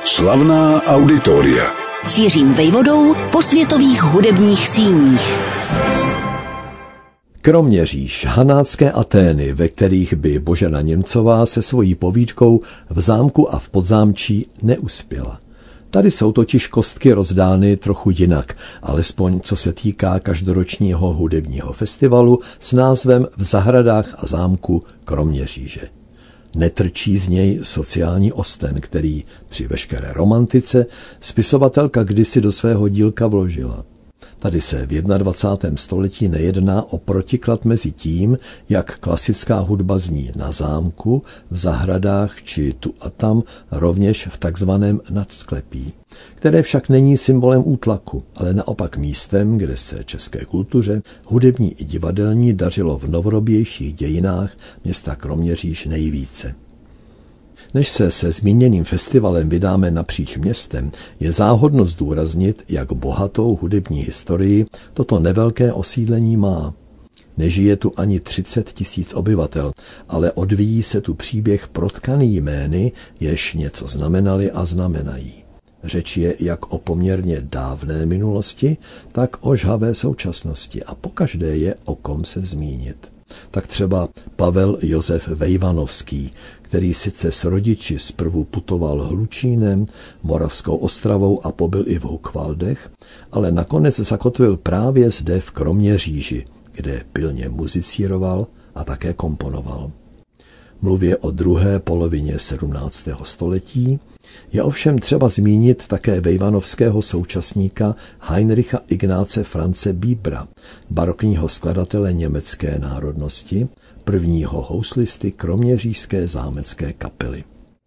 Slavná auditoria. Cířím vejvodou po světových hudebních síních. Kroměříž, hanácké Atény, ve kterých by Božena Němcová se svojí povídkou v zámku a v podzámčí neuspěla. Tady jsou totiž kostky rozdány trochu jinak, alespoň co se týká každoročního hudebního festivalu s názvem V zahradách a zámku Kroměříže. Netrčí z něj sociální osten, který při veškeré romantice spisovatelka kdysi do svého dílka vložila. Tady se v 21. století nejedná o protiklad mezi tím, jak klasická hudba zní na zámku, v zahradách či tu a tam, rovněž v takzvaném nadsklepí, které však není symbolem útlaku, ale naopak místem, kde se české kultuře, hudební i divadelní, dařilo v novodobějších dějinách města Kroměříž nejvíce. Než se zmíněným festivalem vydáme napříč městem, je záhodno zdůraznit, jak bohatou hudební historii toto nevelké osídlení má. Nežije tu ani 30 000 obyvatel, ale odvíjí se tu příběh protkaný jmény, jež něco znamenali a znamenají. Řeč je jak o poměrně dávné minulosti, tak o žhavé současnosti a pokaždé je o kom se zmínit. Tak třeba Pavel Josef Vejvanovský, který sice s rodiči zprvu putoval Hlučínem, Moravskou Ostravou a pobyl i v Hukvaldech, ale nakonec zakotvil právě zde v Kroměříži, kde pilně muzicíroval a také komponoval. Mluvě o druhé polovině 17. století je ovšem třeba zmínit také vejvanovského současníka Heinricha Ignáce Franze Biebera, barokního skladatele německé národnosti, prvního houslisty kroměřížské zámecké kapely.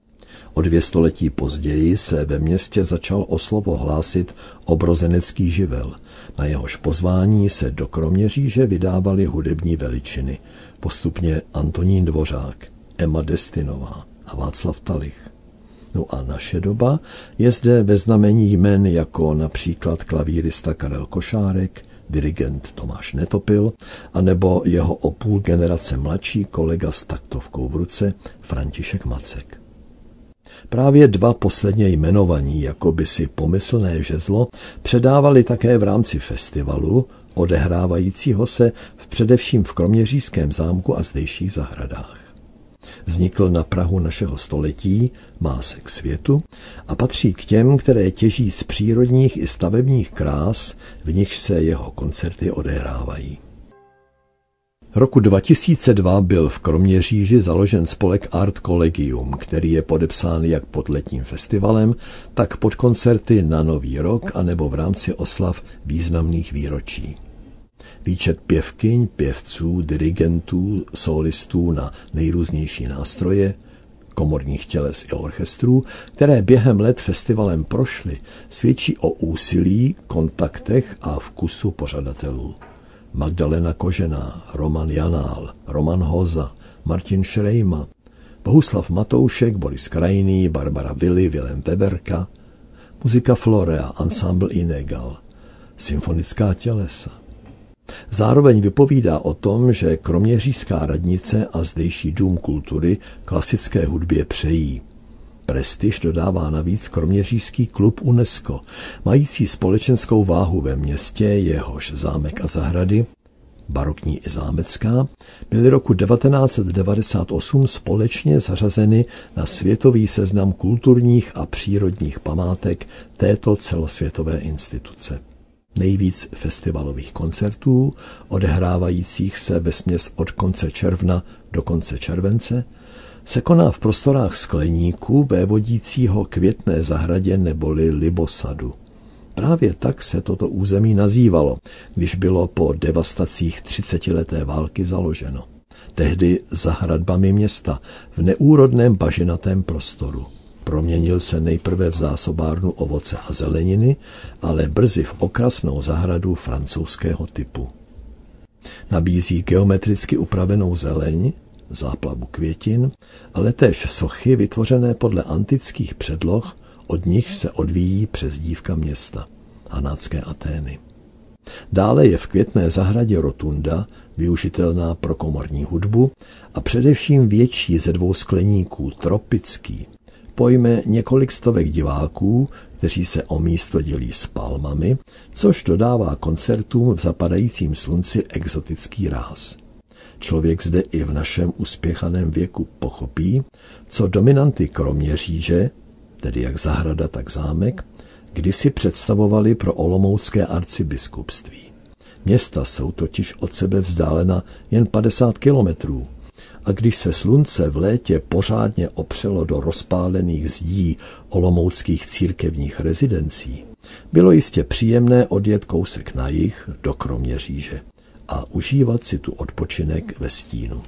O 2 století později se ve městě začal o slovo hlásit obrozenecký živel. Na jehož pozvání se do Kroměříže vydávaly hudební veličiny, postupně Antonín Dvořák, Emma Destinová a Václav Talich. No a naše doba je zde ve znamení jmen jako například klavírista Karel Košárek, dirigent Tomáš Netopil, anebo jeho o půl generace mladší kolega s taktovkou v ruce František Macek. Právě 2 posledně jmenovaní, jako by si pomyslné žezlo, předávali také v rámci festivalu, odehrávajícího se především v Kroměřížském zámku a zdejších zahradách. Vznikl na prahu našeho století, má se k světu a patří k těm, které těží z přírodních i stavebních krás, v nichž se jeho koncerty odehrávají. Roku 2002 byl v Kroměříži založen spolek Art Collegium, který je podepsán jak pod letním festivalem, tak pod koncerty na Nový rok anebo v rámci oslav významných výročí. Výčet pěvkyň, pěvců, dirigentů, solistů na nejrůznější nástroje, komorních těles i orchestrů, které během let festivalem prošly, svědčí o úsilí, kontaktech a vkusu pořadatelů. Magdalena Kožená, Roman Janál, Roman Hoza, Martin Šrejma, Bohuslav Matoušek, Boris Krajný, Barbara Willi, Vilém Weberka, muzika Florea, ansámbl Inegal, symfonická tělesa. Zároveň vypovídá o tom, že Kroměřížská radnice a zdejší dům kultury klasické hudbě přejí. Prestiž dodává navíc Kroměřížský klub UNESCO, mající společenskou váhu ve městě, jehož zámek a zahrady, barokní i zámecká, byly roku 1998 společně zařazeny na světový seznam kulturních a přírodních památek této celosvětové instituce. Nejvíc festivalových koncertů, odehrávajících se vesměs od konce června do konce července, se koná v prostorách Skleníku vévodícího Květné zahradě neboli Libosadu. Právě tak se toto území nazývalo, když bylo po devastacích 30leté války založeno. Tehdy za hradbami města v neúrodném bažinatém prostoru. Proměnil se nejprve v zásobárnu ovoce a zeleniny, ale brzy v okrasnou zahradu francouzského typu. Nabízí geometricky upravenou zeleň, záplavu květin, ale též sochy vytvořené podle antických předloh, od nich se odvíjí přezdívka města, hanácké Atény. Dále je v Květné zahradě rotunda, využitelná pro komorní hudbu, a především větší ze 2 skleníků, tropický, pojme několik stovek diváků, kteří se o místo dělí s palmami, což dodává koncertům v zapadajícím slunci exotický ráz. Člověk zde i v našem uspěchaném věku pochopí, co dominanty Kroměříže, tedy jak zahrada, tak zámek, kdysi představovali pro olomoucké arcibiskupství. Města jsou totiž od sebe vzdálena jen 50 kilometrů. A když se slunce v létě pořádně opřelo do rozpálených zdí olomouckých církevních rezidencí, bylo jistě příjemné odjet kousek na jih do Kroměříže a užívat si tu odpočinek ve stínu.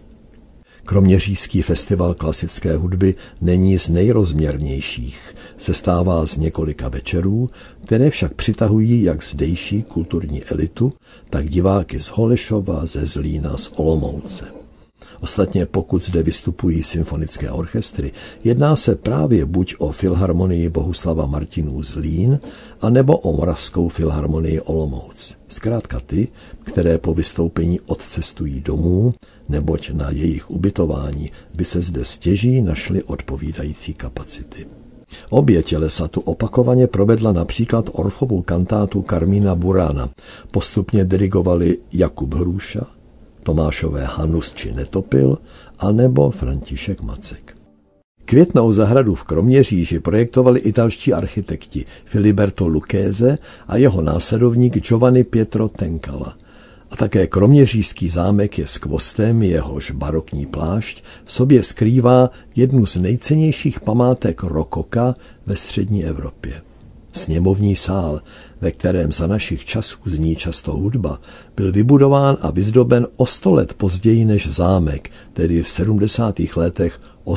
Kroměřížský festival klasické hudby není z nejrozměrnějších, sestává z několika večerů, které však přitahují jak zdejší kulturní elitu, tak diváky z Holešova, ze Zlína, z Olomouce. Ostatně pokud zde vystupují symfonické orchestry, jedná se právě buď o Filharmonii Bohuslava Martinů Zlín, anebo o Moravskou filharmonii Olomouc. Zkrátka ty, které po vystoupení odcestují domů, neboť na jejich ubytování by se zde stěží našly odpovídající kapacity. Obě tělesa tu opakovaně provedla například Orffovu kantátu Karmína Burána. Postupně dirigovali Jakub Hrůša, Tomášové Hanus či Netopil, anebo František Macek. Květnou zahradu v Kroměříži projektovali italští architekti Filiberto Lucchese a jeho následovník Giovanni Pietro Tencala. A také kroměřížský zámek je skvostem, jehož barokní plášť v sobě skrývá jednu z nejcennějších památek rokoka ve střední Evropě. Sněmovní sál, ve kterém za našich časů zní často hudba, byl vybudován a vyzdoben o 100 let později než zámek, tedy v 70. letech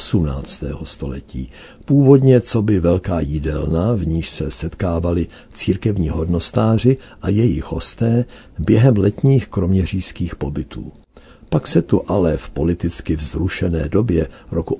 18. století. Původně coby velká jídelna, v níž se setkávali církevní hodnostáři a jejich hosté během letních kroměřížských pobytů. Pak se tu ale v politicky vzrušené době roku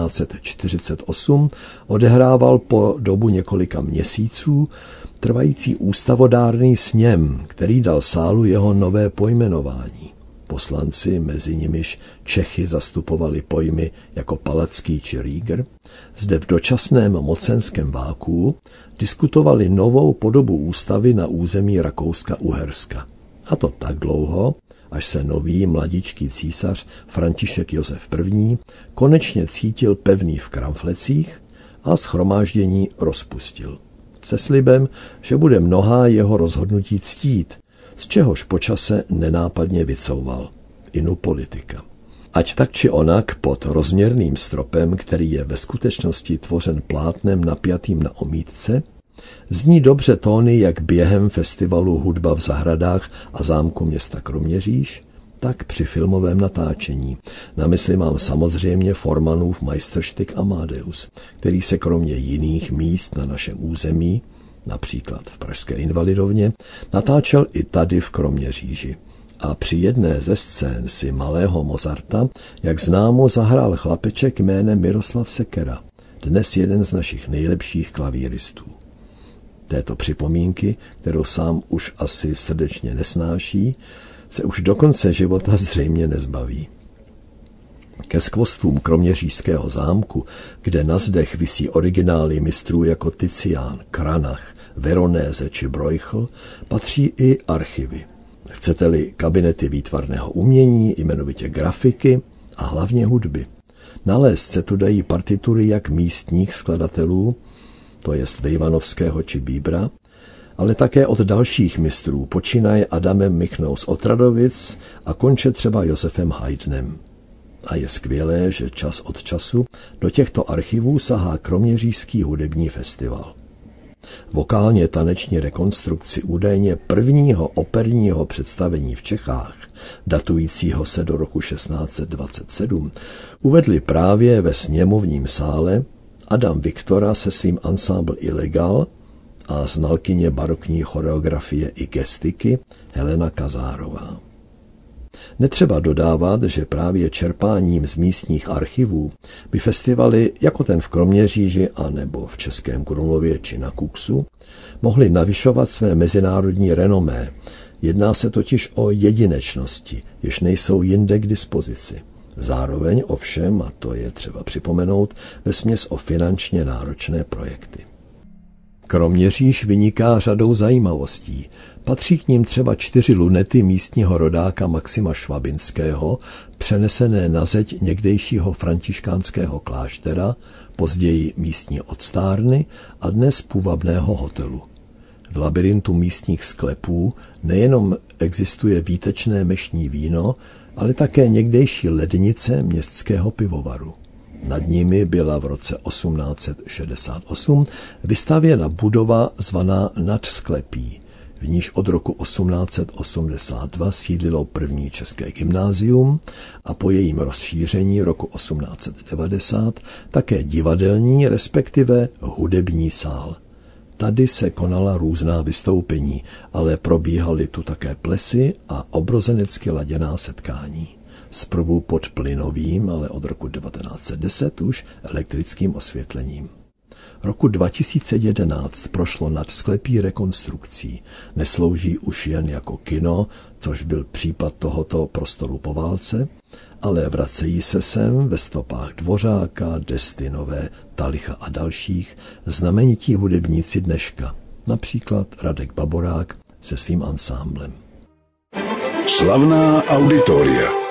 1848 odehrával po dobu několika měsíců trvající ústavodárný sněm, který dal sálu jeho nové pojmenování. Poslanci, mezi nimiž Čechy zastupovali pojmy jako Palacký či Rieger, zde v dočasném mocenském vákuu diskutovali novou podobu ústavy na území Rakouska-Uherska. A to tak dlouho, až se nový mladičký císař František Josef I. konečně cítil pevný v kramflecích a shromáždění rozpustil. Se slibem, že bude mnohá jeho rozhodnutí ctít, z čehož po čase nenápadně vycouval. Inu politika. Ať tak či onak pod rozměrným stropem, který je ve skutečnosti tvořen plátnem napjatým na omítce, zní dobře tóny jak během festivalu Hudba v zahradách a zámku města Kroměříž, tak při filmovém natáčení. Na mysli mám samozřejmě Formanův Meisterstück Amadeus, který se kromě jiných míst na našem území, například v pražské Invalidovně, natáčel i tady v Kroměříži. A při jedné ze scén si malého Mozarta, jak známo, zahrál chlapeček jménem Miroslav Sekera, dnes jeden z našich nejlepších klavíristů. Této připomínky, kterou sám už asi srdečně nesnáší, se už do konce života zřejmě nezbaví. Ke skvostům kroměřížského zámku, kde na zdech visí originály mistrů jako Tizian, Cranach, Veronese či Bruegel, patří i archivy. Chcete-li kabinety výtvarného umění, jmenovitě grafiky a hlavně hudby. Nalézt se tu dají partitury jak místních skladatelů, to jest Vejvanovského či Bíbra, ale také od dalších mistrů, počínaje Adamem Michnou z Otradovic a konče třeba Josefem Haydnem. A je skvělé, že čas od času do těchto archivů sahá Kroměřížský hudební festival. Vokálně taneční rekonstrukci údajně prvního operního představení v Čechách, datujícího se do roku 1627, uvedli právě ve sněmovním sále Adam Viktora se svým ansámbl Ilegal a znalkyně barokní choreografie i gestiky Helena Kazárová. Netřeba dodávat, že právě čerpáním z místních archivů by festivaly jako ten v Kroměříži a nebo v Českém Krumlově či na Kuksu mohly navyšovat své mezinárodní renomé. Jedná se totiž o jedinečnosti, jež nejsou jinde k dispozici. Zároveň ovšem, a to je třeba připomenout, vesměs o finančně náročné projekty. Kroměříž vyniká řadou zajímavostí. Patří k nim třeba 4 lunety místního rodáka Maxima Švabinského, přenesené na zeď někdejšího františkánského kláštera, později místní odstárny a dnes půvabného hotelu. V labirintu místních sklepů nejenom existuje výtečné mešní víno, ale také někdejší lednice městského pivovaru. Nad nimi byla v roce 1868 vystavěna budova zvaná Nadsklepí, v níž od roku 1882 sídlilo první české gymnázium a po jejím rozšíření roku 1890 také divadelní, respektive hudební sál. Tady se konala různá vystoupení, ale probíhaly tu také plesy a obrozenecky laděná setkání. Zprvu pod plynovým, ale od roku 1910 už elektrickým osvětlením. Roku 2011 prošlo Nadsklepí rekonstrukcí. Neslouží už jen jako kino, což byl případ tohoto prostoru po válce, ale vracejí se sem ve stopách Dvořáka, Destinové, Talicha a dalších znamenití hudebníci dneška, například Radek Baborák se svým ansámblem. Slavná auditoria.